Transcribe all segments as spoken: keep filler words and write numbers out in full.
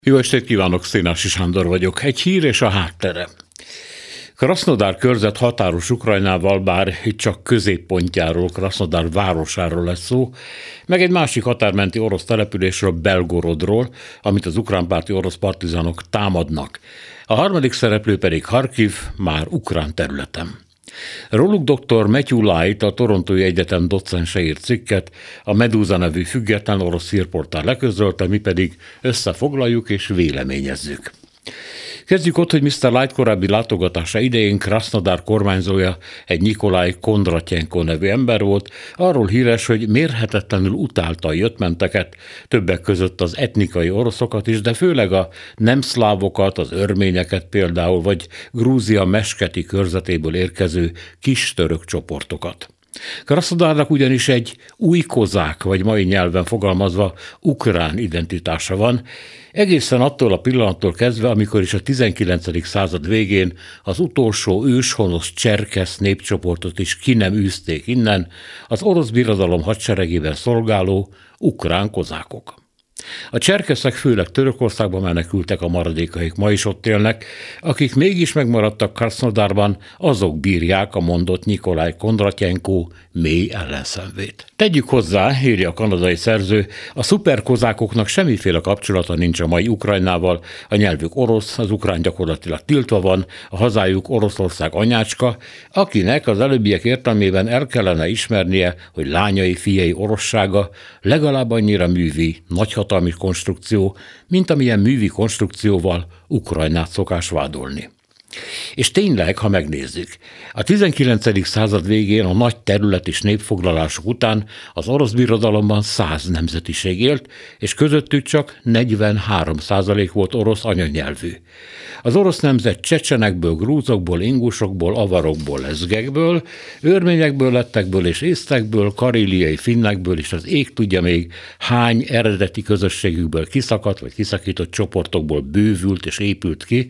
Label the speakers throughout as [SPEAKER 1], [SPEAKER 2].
[SPEAKER 1] Jó estét kívánok, Szénási Sándor vagyok. Egy hír és a háttere. Krasznodar körzet határos Ukrajnával, bár itt csak középpontjáról, Krasznodar városáról lesz szó, meg egy másik határmenti orosz településről, Belgorodról, amit az ukránpárti orosz partizánok támadnak. A harmadik szereplő pedig Harkiv, már ukrán területen. Róluk dr. Matthew Light, a Torontói Egyetem docense írt cikket, a Meduza nevű független orosz hírportál leközölte, mi pedig összefoglaljuk és véleményezzük. Kezdjük ott, hogy miszter Light korábbi látogatása idején Krasznodar kormányzója egy Nikolaj Kondratyenko nevű ember volt, arról híres, hogy mérhetetlenül utálta a jöttmenteket, többek között az etnikai oroszokat is, de főleg a nem szlávokat, az örményeket például, vagy Grúzia mesketi körzetéből érkező kis török csoportokat. Krasznodárnak ugyanis egy új kozák, vagy mai nyelven fogalmazva ukrán identitása van, egészen attól a pillanattól kezdve, amikor is a tizenkilencedik század végén az utolsó őshonos cserkesz népcsoportot is ki nem űzték innen, az orosz birodalom hadseregében szolgáló ukrán kozákok. A cserkeszek főleg Törökországba menekültek, a maradékaik ma is ott élnek, akik mégis megmaradtak Krasznodárban, azok bírják a mondott Nikolaj Kondratyenko mély ellenszenvét. Tegyük hozzá, írja a kanadai szerző, a szuperkozákoknak semmiféle kapcsolata nincs a mai Ukrajnával, a nyelvük orosz, az ukrán gyakorlatilag tiltva van, a hazájuk Oroszország anyácska, akinek az előbbiek értelmében el kellene ismernie, hogy lányai, fiai orossága legalább annyira művi, nagyhatalmi konstrukció, mint amilyen művi konstrukcióval Ukrajnát szokás vádolni. És tényleg, ha megnézzük, a tizenkilencedik század végén a nagy terület és népfoglalások után az orosz birodalomban száz nemzetiség élt, és közöttük csak negyvenhárom százalék volt orosz anyanyelvű. Az orosz nemzet csecsenekből, grúzokból, ingusokból, avarokból, lezgekből, örményekből, lettekből és észtekből, karéliai finnekből és az ég tudja még hány eredeti közösségükből kiszakadt vagy kiszakított csoportokból bővült és épült ki,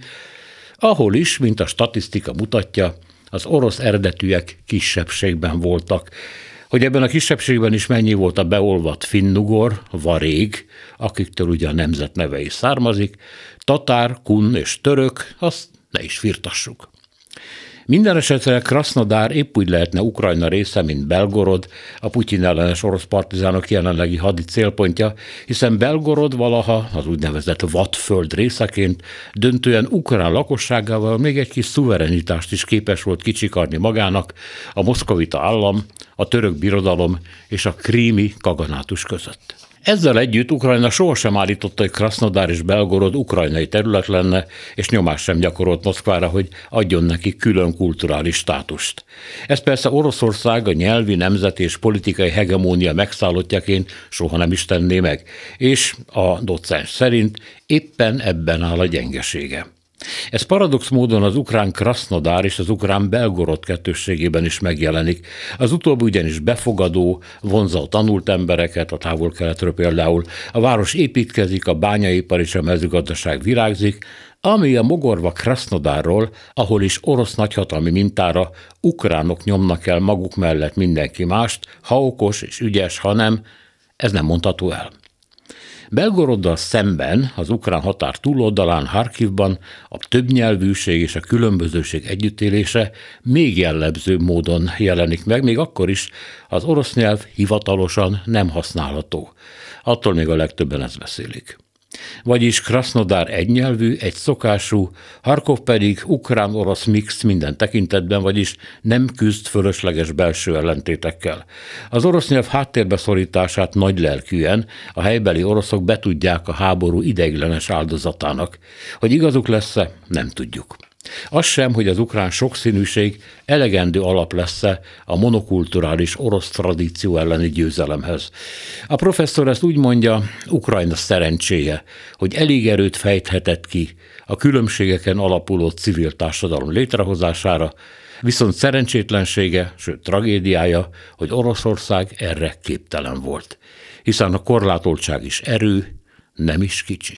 [SPEAKER 1] ahol is, mint a statisztika mutatja, az orosz eredetűek kisebbségben voltak. Hogy ebben a kisebbségben is mennyi volt a beolvadt finnugor, varég, akiktől ugye a nemzet neve is származik, tatár, kun és török, azt ne is firtassuk. Minden esetre Krasznodar épp úgy lehetne Ukrajna része, mint Belgorod, a Putyin ellenes orosz partizánok jelenlegi hadi célpontja, hiszen Belgorod valaha az úgynevezett vadföld részeként döntően ukrán lakosságával még egy kis szuverenitást is képes volt kicsikarni magának a moszkovita állam, a török birodalom és a krími kaganátus között. Ezzel együtt Ukrajna sohasem állította, hogy Krasznodar és Belgorod ukrajnai terület lenne, és nyomást sem gyakorolt Moszkvára, hogy adjon neki külön kulturális státust. Ez persze Oroszország a nyelvi, nemzeti és politikai hegemónia megszállottjaként soha nem is tenné meg, és a docens szerint éppen ebben áll a gyengesége. Ez paradox módon az ukrán Krasznodar és az ukrán Belgorod kettősségében is megjelenik. Az utóbbi ugyanis befogadó, vonzza a tanult embereket, a távol-keletről például. A város építkezik, a bányaipar és a mezőgazdaság virágzik, ami a mogorva Krasznodarról, ahol is orosz nagyhatalmi mintára ukránok nyomnak el maguk mellett mindenki mást, ha okos és ügyes, ha nem, ez nem mondható el. Belgoroddal szemben, az ukrán határ túloldalán, Harkivban a többnyelvűség és a különbözőség együttélése még jellemzőbb módon jelenik meg, még akkor is az orosz nyelv hivatalosan nem használható. Attól még a legtöbben ezt beszélik. Vagyis Krasznodar egynyelvű, egyszokású, Harkov pedig ukrán-orosz mix minden tekintetben, vagyis nem küzd fölösleges belső ellentétekkel. Az orosz nyelv háttérbe szorítását nagylelkűen a helybeli oroszok betudják a háború ideiglenes áldozatának. Hogy igazuk lesz-e, nem tudjuk. Az sem, hogy az ukrán sokszínűség elegendő alap lesz-e a monokulturális orosz tradíció elleni győzelemhez. A professzor ezt úgy mondja, Ukrajna szerencséje, hogy elég erőt fejthetett ki a különbségeken alapuló civil társadalom létrehozására, viszont szerencsétlensége, sőt tragédiája, hogy Oroszország erre képtelen volt. Hiszen a korlátoltság is erő, nem is kicsi.